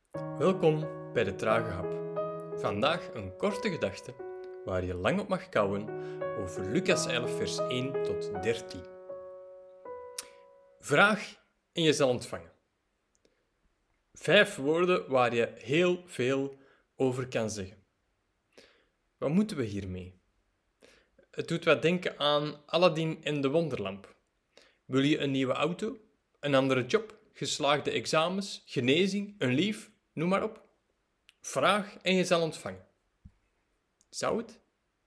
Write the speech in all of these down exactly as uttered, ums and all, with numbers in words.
Welkom bij de Trage Hap. Vandaag een korte gedachte waar je lang op mag kouwen over Lucas elf vers één tot dertien. Vraag en je zal ontvangen. Vijf woorden waar je heel veel over kan zeggen. Wat moeten we hiermee? Het doet wat denken aan Aladdin en de wonderlamp. Wil je een nieuwe auto, een andere job, geslaagde examens, genezing, een lief, noem maar op? Vraag en je zal ontvangen. Zou het?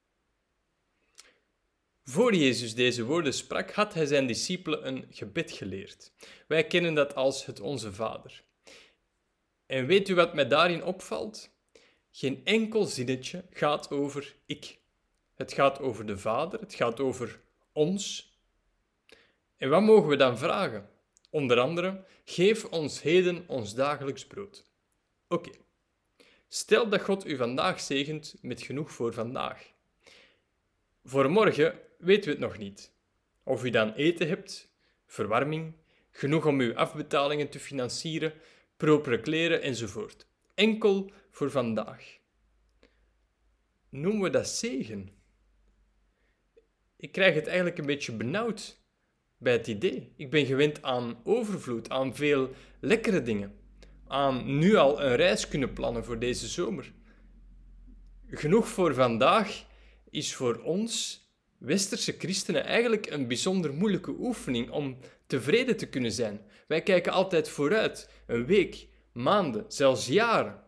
Voor Jezus deze woorden sprak, had hij zijn discipelen een gebed geleerd. Wij kennen dat als het Onze Vader. En weet u wat mij daarin opvalt? Geen enkel zinnetje gaat over ik. Het gaat over de Vader, het gaat over ons. En wat mogen we dan vragen? Onder andere, geef ons heden ons dagelijks brood. Oké. Okay. Stel dat God u vandaag zegent met genoeg voor vandaag. Voor morgen weten we het nog niet. Of u dan eten hebt, verwarming, genoeg om uw afbetalingen te financieren, propere kleren enzovoort. Enkel voor vandaag. Noemen we dat zegen? Ik krijg het eigenlijk een beetje benauwd bij het idee. Ik ben gewend aan overvloed, aan veel lekkere dingen. Aan nu al een reis kunnen plannen voor deze zomer. Genoeg voor vandaag is voor ons, westerse christenen, eigenlijk een bijzonder moeilijke oefening om tevreden te kunnen zijn. Wij kijken altijd vooruit, een week, maanden, zelfs jaren.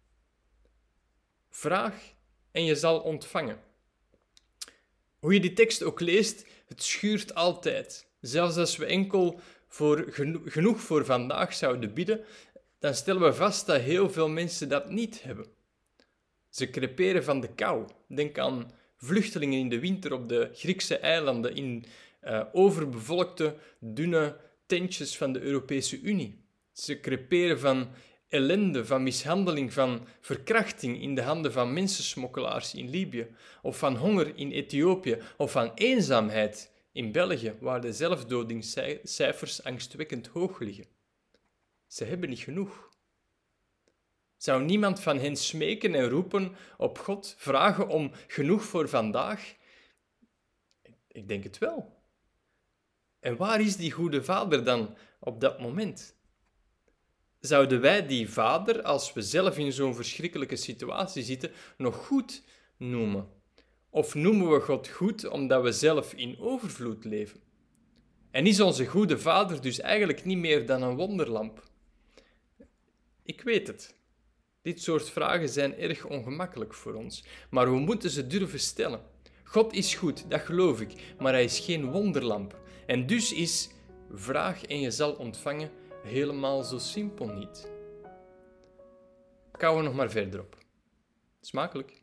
Vraag en je zal ontvangen. Hoe je die tekst ook leest, het schuurt altijd. Zelfs als we enkel voor geno- genoeg voor vandaag zouden bidden, dan stellen we vast dat heel veel mensen dat niet hebben. Ze creperen van de kou. Denk aan vluchtelingen in de winter op de Griekse eilanden, in uh, overbevolkte, dunne tentjes van de Europese Unie. Ze creperen van ellende, van mishandeling, van verkrachting in de handen van mensensmokkelaars in Libië, of van honger in Ethiopië, of van eenzaamheid in België, waar de zelfdodingscijfers angstwekkend hoog liggen. Ze hebben niet genoeg. Zou niemand van hen smeken en roepen op God, vragen om genoeg voor vandaag? Ik denk het wel. En waar is die goede vader dan op dat moment? Zouden wij die vader, als we zelf in zo'n verschrikkelijke situatie zitten, nog goed noemen? Of noemen we God goed omdat we zelf in overvloed leven? En is onze goede vader dus eigenlijk niet meer dan een wonderlamp? Ik weet het. Dit soort vragen zijn erg ongemakkelijk voor ons, maar we moeten ze durven stellen. God is goed, dat geloof ik, maar hij is geen wonderlamp. En dus is vraag en je zal ontvangen helemaal zo simpel niet. Kauwen we nog maar verder op. Smakelijk.